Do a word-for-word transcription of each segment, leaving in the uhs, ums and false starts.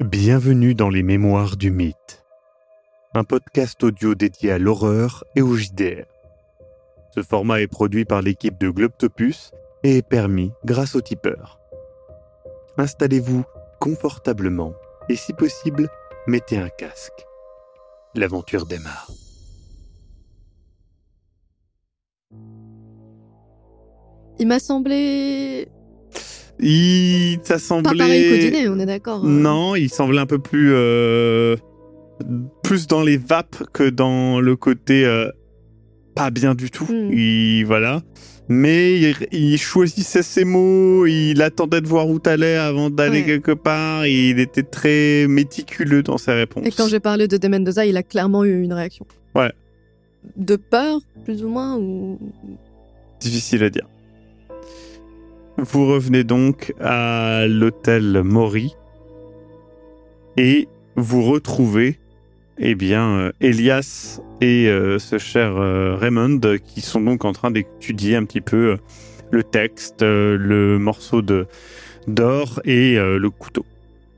Bienvenue dans les Mémoires du Mythe, un podcast audio dédié à l'horreur et au J D R. Ce format est produit par l'équipe de Globtopus et est permis grâce au tipeur. Installez-vous confortablement et si possible, mettez un casque. L'aventure démarre. Il m'a semblé... Il... Ça semblait... Pas pareil qu'au dîner, on est d'accord. Non, il semblait un peu plus... Euh... Plus dans les vapes que dans le côté... Euh... Pas bien du tout. Mm. Il... Voilà. Mais il... il choisissait ses mots, il attendait de voir où t'allais avant d'aller Ouais. quelque part. Il était très méticuleux dans ses réponses. Et quand j'ai parlé de De Mendoza, il a clairement eu une réaction. Ouais. De peur, plus ou moins, ou... Difficile à dire. Vous revenez donc à l'hôtel Maury et vous retrouvez eh bien, euh, Elias et euh, ce cher euh, Raymond qui sont donc en train d'étudier un petit peu euh, le texte, euh, le morceau de, d'or et euh, le couteau.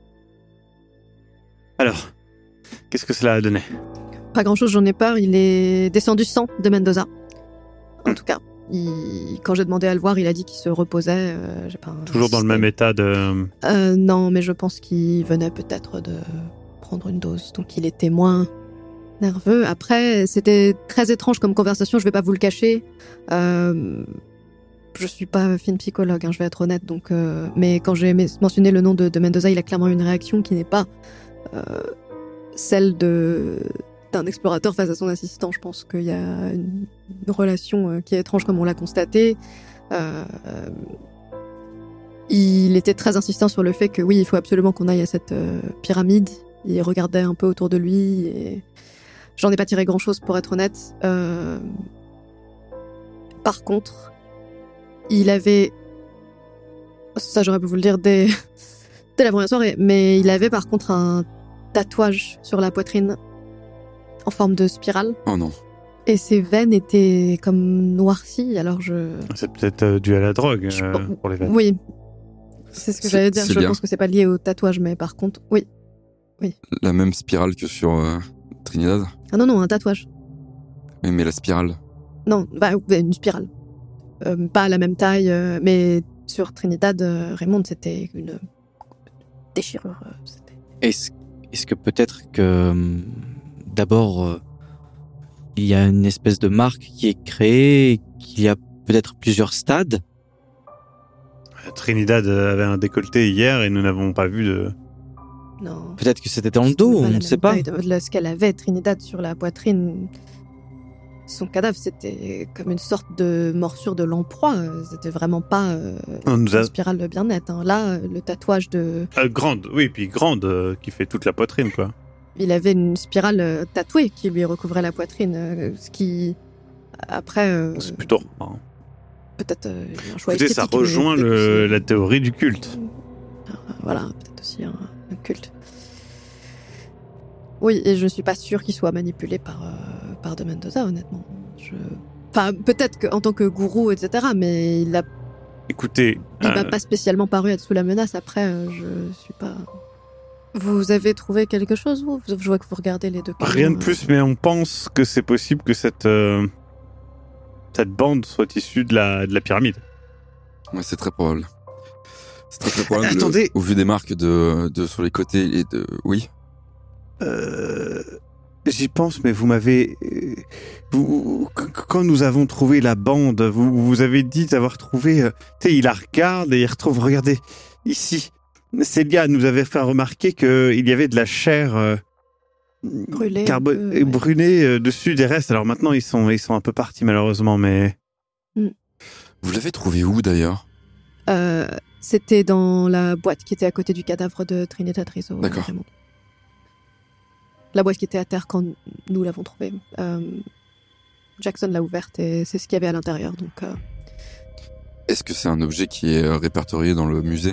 Alors, qu'est-ce que cela a donné ? Pas grand-chose, j'en ai peur. Il est descendu sans De Mendoza. En tout cas, il... quand j'ai demandé à le voir, il a dit qu'il se reposait. Euh, j'ai pas Toujours dans le même état de... Euh, non, mais je pense qu'il venait peut-être de prendre une dose, donc il était moins nerveux. Après, c'était très étrange comme conversation, je vais pas vous le cacher. Euh, je suis pas fine psychologue, hein, je vais être honnête, donc, euh, mais quand j'ai mentionné le nom de, de Mendoza, il a clairement eu une réaction qui n'est pas euh, celle de, d'un explorateur face à son assistant. Je pense qu'il y a une, une relation euh, qui est étrange comme on l'a constaté. Euh, euh, Il était très insistant sur le fait que oui, il faut absolument qu'on aille à cette euh, pyramide. Il regardait un peu autour de lui et j'en ai pas tiré grand-chose pour être honnête. Euh... Par contre, il avait... Ça, j'aurais pu vous le dire dès, dès la première soirée, mais il avait par contre un tatouage sur la poitrine en forme de spirale. Oh non. Et ses veines étaient comme noircies, alors je... C'est peut-être euh, dû à la drogue Je- euh, pour les veines. Oui. C'est ce que C'est- j'allais dire. c'est Je bien. pense que c'est pas lié au tatouage, mais par contre, oui. La même spirale que sur euh, Trinidad. Ah non, non, un tatouage. Oui, mais la spirale. Non, bah, ouais, une spirale. Euh, pas à la même taille, euh, mais sur Trinidad, euh, Raymond, c'était une déchirure. euh, c'était... Est-ce, est-ce que peut-être que hum, d'abord euh, il y a une espèce de marque qui est créée, qu'il y a peut-être plusieurs stades. Trinidad avait un décolleté hier et nous n'avons pas vu de... Non. Peut-être que c'était dans le dos, C'était on la ne même sait pas. taille de- de ce qu'elle avait, Trinidad, sur la poitrine. Son cadavre, c'était comme une sorte de morsure de lamproie. euh, C'était vraiment pas euh, On nous a... une spirale bien nette. hein. Là, euh, le tatouage de... Euh, grande, oui, puis grande, euh, qui fait toute la poitrine, quoi. Il avait une spirale euh, tatouée qui lui recouvrait la poitrine, euh, ce qui, après, euh, C'est plutôt... marrant. peut-être euh, un choix Écoutez, ça esthétique, mais rejoint peut-être le, aussi- la théorie du culte. Euh, Voilà, peut-être aussi un, un culte. Oui, et je suis pas sûre qu'il soit manipulé par, euh, par De Mendoza, honnêtement. Je... Enfin, peut-être qu'en tant que gourou, et cetera, mais il a, Écoutez, il euh, m'a pas spécialement paru être sous la menace. Après, euh, je suis pas... Vous avez trouvé quelque chose, vous Je vois que vous regardez les deux. rien de euh, plus, mais on pense que c'est possible que cette, euh, cette bande soit issue de la, de la pyramide. Ouais, c'est très probable. C'est très très probable. Attendez. Au vu des marques de, de sur les côtés et de... Oui. Euh, j'y pense, mais vous m'avez... euh, Vous, qu- quand nous avons trouvé la bande, vous, vous avez dit avoir trouvé... euh, tu sais, il la regarde et il retrouve... Regardez, ici, Célia nous avait fait remarquer qu'il y avait de la chair... euh, Brûlée, carbo- un peu, ouais. brûlée euh, dessus des restes. Alors maintenant, ils sont, ils sont un peu partis, malheureusement, mais... Vous l'avez trouvé où d'ailleurs? Euh, c'était dans la boîte qui était à côté du cadavre de Trinidad Rizzo. euh, D'accord. Raymond. La boîte qui était à terre quand nous l'avons trouvée. Euh, Jackson l'a ouverte et c'est ce qu'il y avait à l'intérieur. Donc, euh, Est-ce que c'est un objet qui est euh, répertorié dans le musée?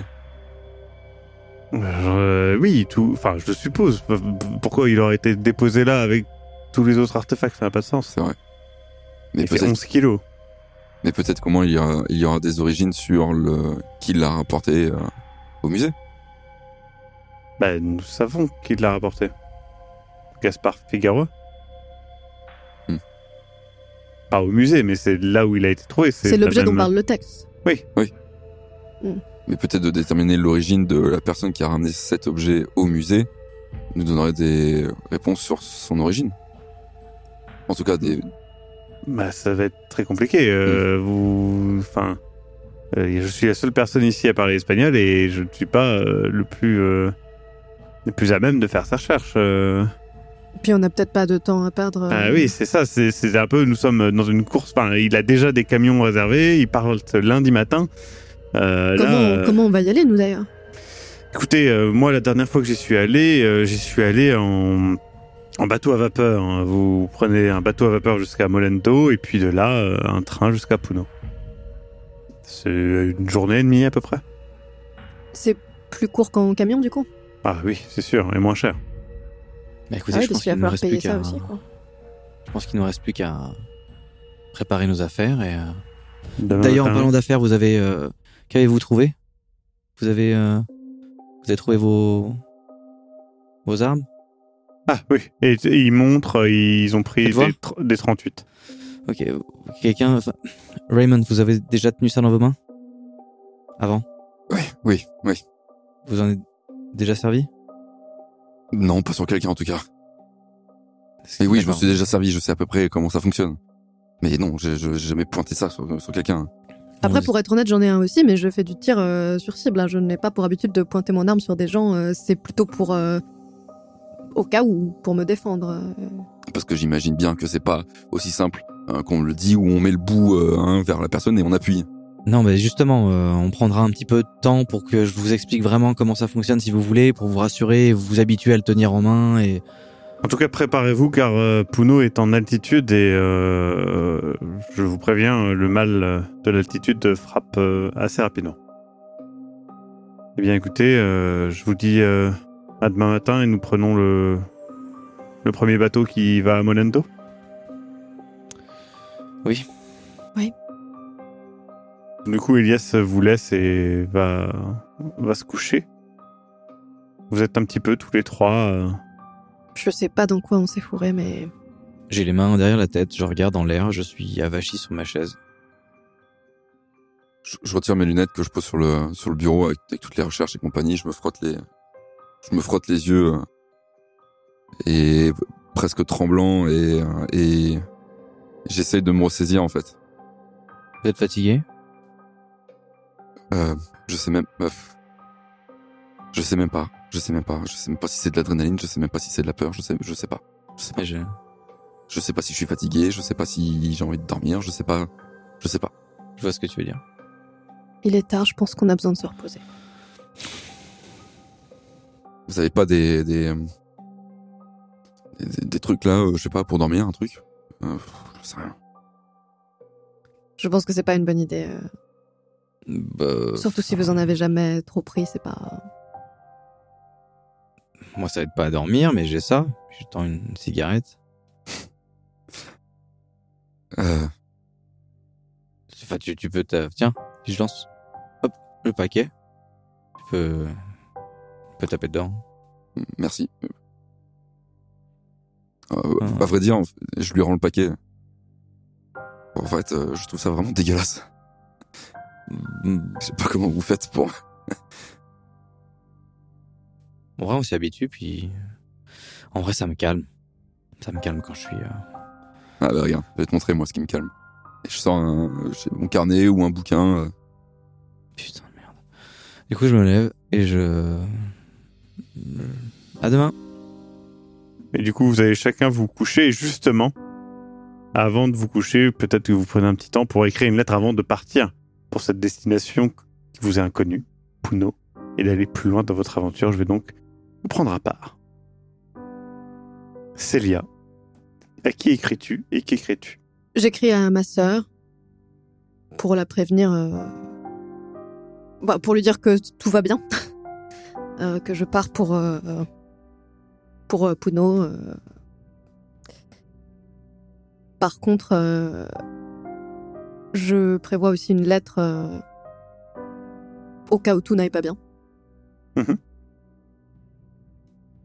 Euh, oui, tout... Enfin, je le suppose. P- p- Pourquoi il aurait été déposé là avec tous les autres artefacts? Ça n'a pas de sens. C'est vrai. Mais Il fait peut-être onze kilos. mais peut-être comment il y, aura, il y aura des origines sur le qui l'a rapporté euh, au musée. Bah, nous savons qui l'a rapporté. Gaspard Figueroa. Hmm. Pas au musée, mais c'est là où il a été trouvé. C'est, la l'objet même- dont parle le texte. Oui. Oui. Hmm. Mais peut-être de déterminer l'origine de la personne qui a ramené cet objet au musée nous donnerait des réponses sur son origine. En tout cas, des... Bah, ça va être très compliqué. Euh, vous, enfin, euh, je suis la seule personne ici à parler espagnol et je ne suis pas euh, le plus, euh, le plus à même de faire sa recherche. euh. Puis on n'a peut-être pas de temps à perdre. euh, Ah oui, c'est ça. C'est, c'est un peu. Nous sommes dans une course. Enfin, il a déjà des camions réservés. Il part lundi matin. Euh, Comment, là, euh, comment on va y aller, nous, d'ailleurs? Écoutez, euh, moi, la dernière fois que j'y suis allé, euh, j'y suis allé en, en bateau à vapeur. hein. Vous prenez un bateau à vapeur jusqu'à Molento et puis de là, euh, un train jusqu'à Puno. C'est une journée et demie à peu près. C'est plus court qu'en camion, du coup? Ah oui, c'est sûr, et moins cher. Bah, écoutez, Ah oui, je parce pense qu'il va qu'il nous falloir reste payer plus ça qu'à... aussi, quoi. Je pense qu'il nous reste plus qu'à préparer nos affaires. Et, euh, Demain D'ailleurs, en matin. parlant d'affaires, vous avez... euh, Qu'avez-vous trouvé? Vous avez... euh, Vous avez trouvé vos... Vos armes? Ah oui, et, et ils montrent, euh, ils ont pris Faites voir. des, tr- des trente-huit. Ok, quelqu'un... enfin, Raymond, vous avez déjà tenu ça dans vos mains? Avant? Oui, oui, oui. Vous en êtes déjà servi? Non, pas sur quelqu'un en tout cas. Et oui, je me D'accord. suis déjà servi, je sais à peu près comment ça fonctionne. Mais non, j'ai j'ai jamais pointé ça sur, sur quelqu'un. Après, Bon, pour être honnête, j'en ai un aussi, mais je fais du tir euh, sur cible. hein. Je n'ai pas pour habitude de pointer mon arme sur des gens. euh, c'est plutôt pour... euh, au cas où, pour me défendre. euh. Parce que j'imagine bien que c'est pas aussi simple hein, qu'on le dit, où on met le bout euh, hein, vers la personne et on appuie. Non, mais justement, euh, on prendra un petit peu de temps pour que je vous explique vraiment comment ça fonctionne, si vous voulez, pour vous rassurer, vous vous habituer à le tenir en main. Et En tout cas, préparez-vous car euh, Puno est en altitude et euh, je vous préviens, le mal de l'altitude frappe euh, assez rapidement. Eh bien, écoutez, euh, je vous dis euh, à demain matin et nous prenons le, le premier bateau qui va à Molento. Oui. Du coup, Elias vous laisse et va, va se coucher. Vous êtes un petit peu tous les trois. euh, Je sais pas dans quoi on s'est fourré, mais... j'ai les mains derrière la tête, je regarde en l'air, je suis avachi sur ma chaise. Je, je retire mes lunettes que je pose sur le sur le bureau avec, avec toutes les recherches et compagnie. Je me frotte les je me frotte les yeux euh, et presque tremblant et euh, et j'essaye de me ressaisir en fait. Vous êtes fatigué? Euh, je sais même euh, je sais même pas. Je sais même pas. Je sais même pas si c'est de l'adrénaline. Je sais même pas si c'est de la peur. Je sais je sais pas. Je sais pas. Je... Je sais pas si je suis fatigué. Je sais pas si j'ai envie de dormir. Je sais pas. Je sais pas. je vois ce que tu veux dire. Il est tard, je pense qu'on a besoin de se reposer. Vous avez pas des des euh, des, des trucs là, euh, je sais pas, pour dormir, un truc. Euh, je sais rien. Je pense que c'est pas une bonne idée. euh. Bah, Surtout si vous en avez jamais trop pris, c'est pas... moi, ça aide pas à dormir, mais j'ai ça. Je tends une cigarette. Euh, Enfin, tu, tu peux... t'a- Tiens, si je lance... Hop, le paquet. Tu peux... Tu peux taper dedans. merci. Euh, Ah. À vrai dire, je lui rends le paquet. En fait, euh, je trouve ça vraiment dégueulasse. Mm, Je sais pas comment vous faites pour... En vrai, on s'y habitue, puis... En vrai, ça me calme. Ça me calme quand je suis... euh, Ah bah regarde, je vais te montrer moi ce qui me calme. Et je sors un, je sais, mon carnet ou un bouquin. euh, Putain de merde. Du coup, je me lève et je... À demain. Et du coup, vous allez chacun vous coucher. Et justement, avant de vous coucher, peut-être que vous prenez un petit temps pour écrire une lettre avant de partir pour cette destination qui vous est inconnue, Puno, et d'aller plus loin dans votre aventure. Je vais donc vous prendre à part. Célia, à qui écris-tu et qu'écris-tu? J'écris à ma sœur pour la prévenir, euh, bah, pour lui dire que tout va bien, euh, que je pars pour euh, pour euh, Puno. euh. Par contre, euh, je prévois aussi une lettre euh, au cas où tout n'aille pas bien. Mhm.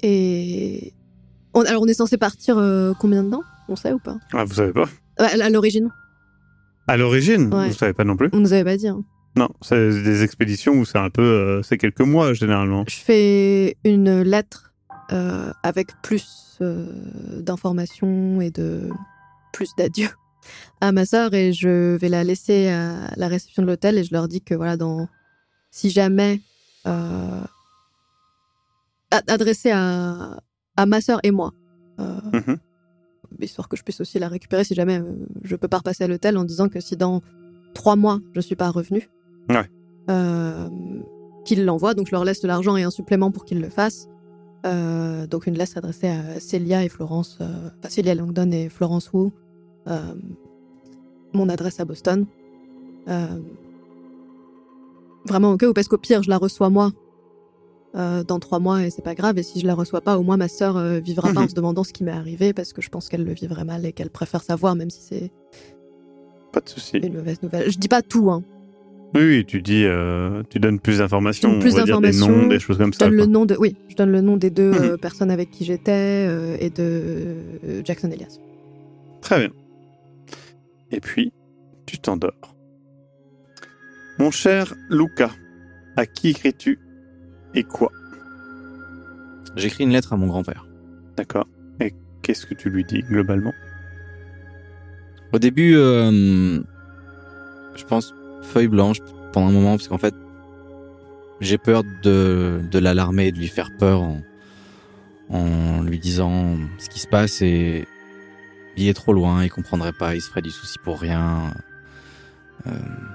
Et on, alors on est censé partir euh, combien de temps? On sait ou pas? Ah, vous savez pas? À, à l'origine. À l'origine, Ouais. vous savez pas non plus? On nous avait pas dit. Hein. Non, c'est des expéditions où c'est un peu, euh, c'est quelques mois généralement. Je fais une lettre euh, avec plus euh, d'informations et de plus d'adieu à ma sœur et je vais la laisser à la réception de l'hôtel et je leur dis que voilà, dans si jamais euh, adressé à à ma sœur et moi, euh, Mm-hmm. histoire que je puisse aussi la récupérer si jamais euh, je peux pas repasser à l'hôtel, en disant que si dans trois mois je suis pas revenue, Ouais. euh, qu'ils l'envoient. Donc je leur laisse de l'argent et un supplément pour qu'ils le fassent. Euh, donc une lettre adressée à Célia et Florence, euh, enfin Célia Langdon et Florence Wu. Euh, mon adresse à Boston. Euh, vraiment au cas où, parce qu'au pire je la reçois moi euh, dans trois mois et c'est pas grave. Et si je la reçois pas, au moins ma sœur euh, vivra Mhm. pas en se demandant ce qui m'est arrivé, parce que je pense qu'elle le vivrait mal et qu'elle préfère savoir, même si c'est Pas de souci. une mauvaise nouvelle. Je dis pas tout, hein. Oui, oui, tu dis, euh, tu donnes plus d'informations, Je donne plus on va dire des d'informations, noms, des choses comme Je ça. donne quoi. le nom de, oui, je donne le nom des deux Mhm. euh, personnes avec qui j'étais euh, et de euh, Jackson Elias. Très bien. Et puis, tu t'endors. Mon cher Luca, à qui écris-tu et quoi? J'écris une lettre à mon grand-père. D'accord. Et qu'est-ce que tu lui dis globalement? Au début, euh, je pense feuille blanche pendant un moment, parce qu'en fait, j'ai peur de, de l'alarmer et de lui faire peur en, en lui disant ce qui se passe et il est trop loin, il comprendrait pas, il se ferait du souci pour rien. Euh,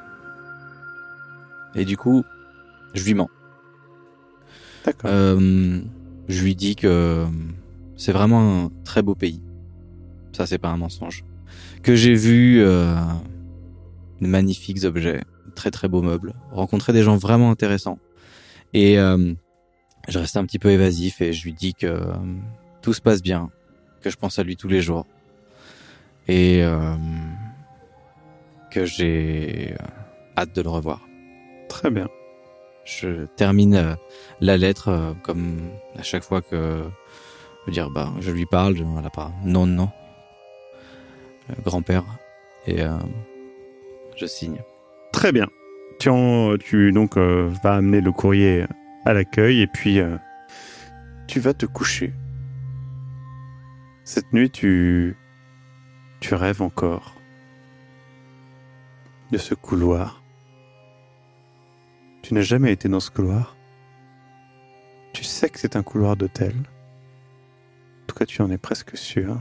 et du coup, je lui mens. D'accord. Euh, je lui dis que c'est vraiment un très beau pays. Ça, c'est pas un mensonge. Que j'ai vu euh, de magnifiques objets, très très beaux meubles, rencontrer des gens vraiment intéressants. Et euh, je restais un petit peu évasif et je lui dis que euh, tout se passe bien, que je pense à lui tous les jours et euh, que j'ai hâte de le revoir. Très bien. Je termine euh, la lettre euh, comme à chaque fois que je veux dire bah je lui parle, je, voilà pas non non euh, grand-père et euh, je signe. Très bien. Tu, en- tu donc euh, vas amener le courrier à l'accueil et puis euh, tu vas te coucher. Cette nuit, tu tu rêves encore de ce couloir. Tu n'as jamais été dans ce couloir. Tu sais que c'est un couloir d'hôtel. En tout cas, tu en es presque sûr.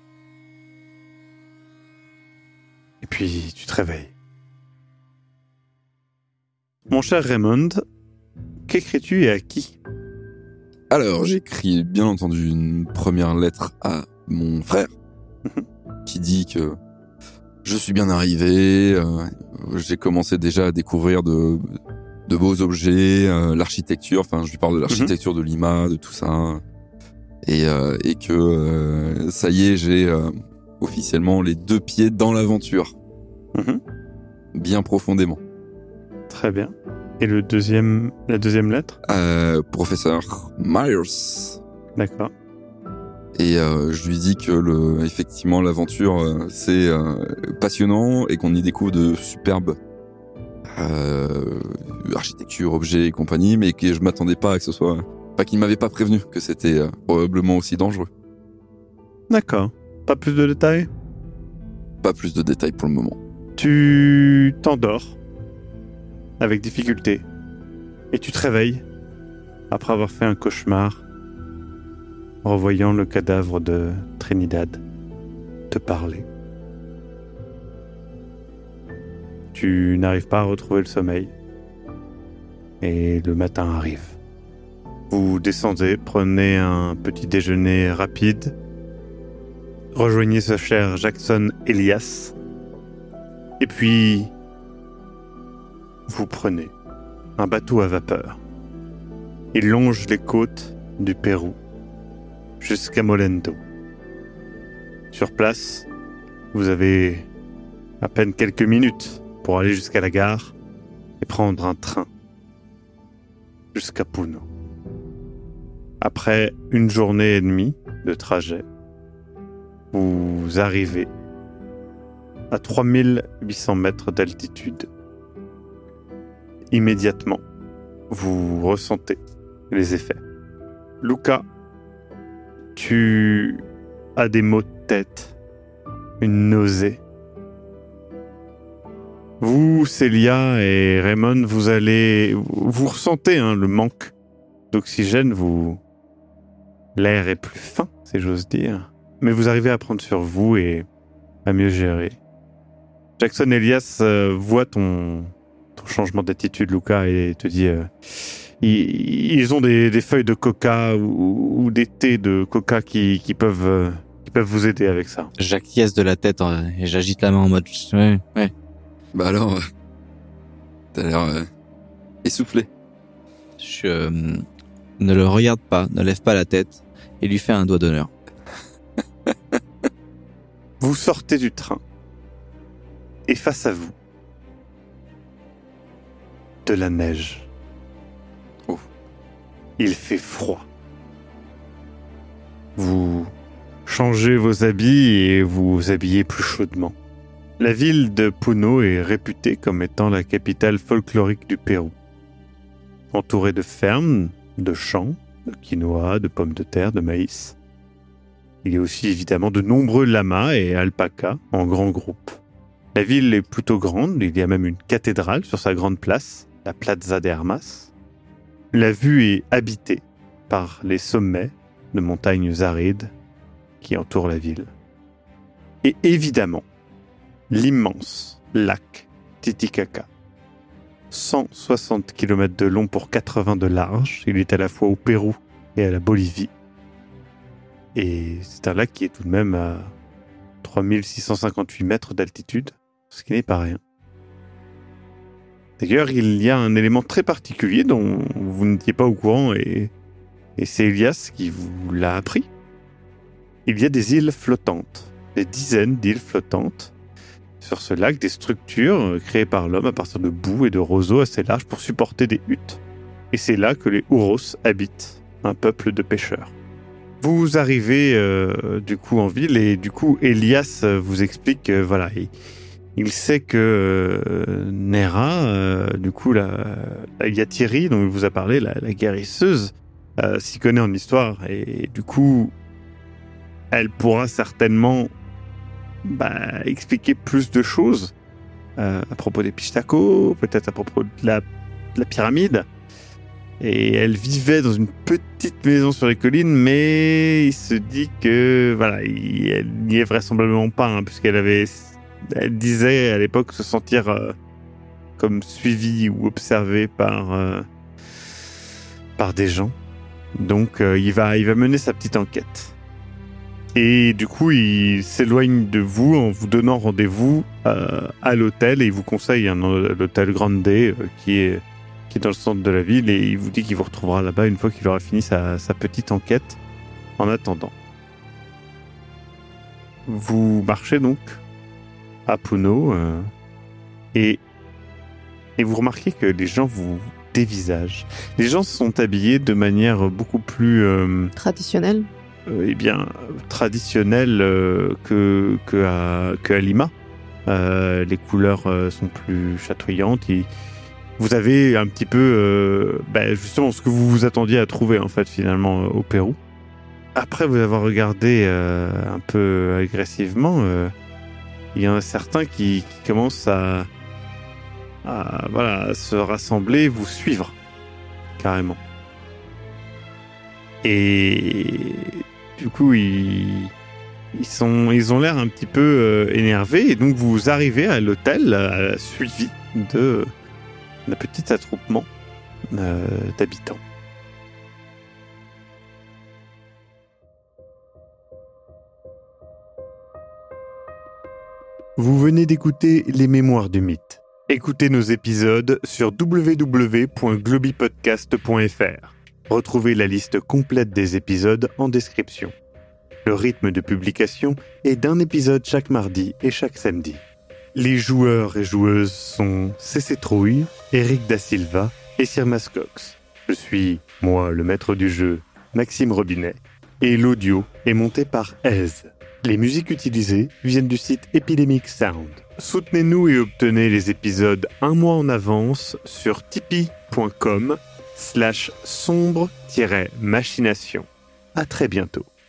Et puis, tu te réveilles. Mon cher Raymond, qu'écris-tu et à qui? Alors, j'écris bien entendu une première lettre à mon frère qui dit que je suis bien arrivé, euh, j'ai commencé déjà à découvrir de, de beaux objets, euh, l'architecture, enfin je lui parle de l'architecture de Lima, de tout ça, et, euh, et que euh, ça y est, j'ai euh, officiellement les deux pieds dans l'aventure, Mhm. bien profondément. Très bien. Et le deuxième, la deuxième lettre? Euh, professeur Myers. D'accord. Et euh, je lui dis que le, effectivement l'aventure euh, c'est euh, passionnant et qu'on y découvre de superbes euh, architecture, objets et compagnie, mais que je m'attendais pas à que ce soit, enfin qu'il m'avait pas prévenu que c'était euh, probablement aussi dangereux. D'accord. Pas plus de détails? Pas plus de détails pour le moment. Tu t'endors avec difficulté et tu te réveilles après avoir fait un cauchemar en revoyant le cadavre de Trinidad te parler. Tu n'arrives pas à retrouver le sommeil et le matin arrive. Vous descendez, prenez un petit déjeuner rapide, rejoignez ce cher Jackson Elias et puis vous prenez un bateau à vapeur. Il longe les côtes du Pérou jusqu'à Molendo. Sur place, vous avez à peine quelques minutes pour aller jusqu'à la gare et prendre un train jusqu'à Puno. après une journée et demie de trajet, vous arrivez à trois mille huit cents mètres d'altitude. Immédiatement, vous ressentez les effets. Luca, tu as des maux de tête, une nausée. Vous, Célia et Raymond, vous allez, vous ressentez hein, le manque d'oxygène. Vous, l'air est plus fin, si j'ose dire, mais vous arrivez à prendre sur vous et à mieux gérer. Jackson Elias euh, voit ton, ton changement d'attitude, Luca, et te dit euh, ils, ils ont des, des feuilles de coca ou, ou des thés de coca qui, qui peuvent euh, qui peuvent vous aider avec ça. J'acquiesce de la tête euh, et j'agite la main en mode ouais, ouais. Bah alors, euh, t'as l'air euh, essoufflé. Je euh, ne le regarde pas, ne lève pas la tête et lui fais un doigt d'honneur. Vous sortez du train et face à vous, de la neige. Oh. Il fait froid. Vous changez vos habits et vous vous habillez plus chaudement. La ville de Puno est réputée comme étant la capitale folklorique du Pérou. Entourée de fermes, de champs, de quinoa, de pommes de terre, de maïs. Il y a aussi évidemment de nombreux lamas et alpacas en grands groupes. La ville est plutôt grande, il y a même une cathédrale sur sa grande place, la Plaza de Armas. La vue est habitée par les sommets de montagnes arides qui entourent la ville. Et évidemment, l'immense lac Titicaca. cent soixante kilomètres de long pour quatre-vingts de large. Il est à la fois au Pérou et à la Bolivie. Et c'est un lac qui est tout de même à trois mille six cent cinquante-huit mètres d'altitude, ce qui n'est pas rien. D'ailleurs, il y a un élément très particulier dont vous n'étiez pas au courant et, et c'est Elias qui vous l'a appris. Il y a des îles flottantes, des dizaines d'îles flottantes sur ce lac, des structures créées par l'homme à partir de boue et de roseaux assez larges pour supporter des huttes. Et c'est là que les Huros habitent, un peuple de pêcheurs. Vous arrivez euh, du coup en ville et du coup Elias vous explique que voilà, il, il sait que euh, Nera, euh, du coup la, la Yathiri dont il vous a parlé, la, la guérisseuse, euh, s'y connaît en histoire et du coup elle pourra certainement bah, expliquer plus de choses euh, à propos des Pishtakos, peut-être à propos de la, de la pyramide. Et elle vivait dans une petite maison sur les collines, mais il se dit que voilà, il, elle n'y est vraisemblablement pas, hein, puisqu'elle avait, elle disait à l'époque se sentir euh, comme suivie ou observée par euh, par des gens. Donc euh, il va il va mener sa petite enquête. Et du coup, il s'éloigne de vous en vous donnant rendez-vous euh, à l'hôtel et il vous conseille un l'hôtel Grande euh, qui est qui est dans le centre de la ville et il vous dit qu'il vous retrouvera là-bas une fois qu'il aura fini sa, sa petite enquête. En attendant, vous marchez donc à Puno euh, et, et vous remarquez que les gens vous dévisagent. Les gens sont habillés de manière beaucoup plus... Euh, Traditionnelle euh, eh bien, traditionnelle euh, que, que, à, que à Lima. Euh, les couleurs euh, sont plus chatoyantes. Et, vous avez un petit peu, euh, bah justement, ce que vous vous attendiez à trouver, en fait, finalement, euh, au Pérou. Après vous avoir regardé euh, un peu agressivement, euh, il y en a certains qui, qui commencent à, à, voilà, à se rassembler, vous suivre, carrément. Et du coup, ils, ils, sont, ils ont l'air un petit peu euh, énervés, et donc vous arrivez à l'hôtel, euh, suivi de... d'un petit attroupement euh, d'habitants. Vous venez d'écouter Les Mémoires du Mythe. Écoutez nos épisodes sur w w w point globipodcast point f r. Retrouvez la liste complète des épisodes en description. Le rythme de publication est d'un épisode chaque mardi et chaque samedi. Les joueurs et joueuses sont C C Trouille, Eric Da Silva et Sir Mascox. Je suis, moi, le maître du jeu, Maxime Robinet, et l'audio est monté par Aise. Les musiques utilisées viennent du site Epidemic Sound. Soutenez-nous et obtenez les épisodes un mois en avance sur tipeee.com slash sombre-machination. À très bientôt.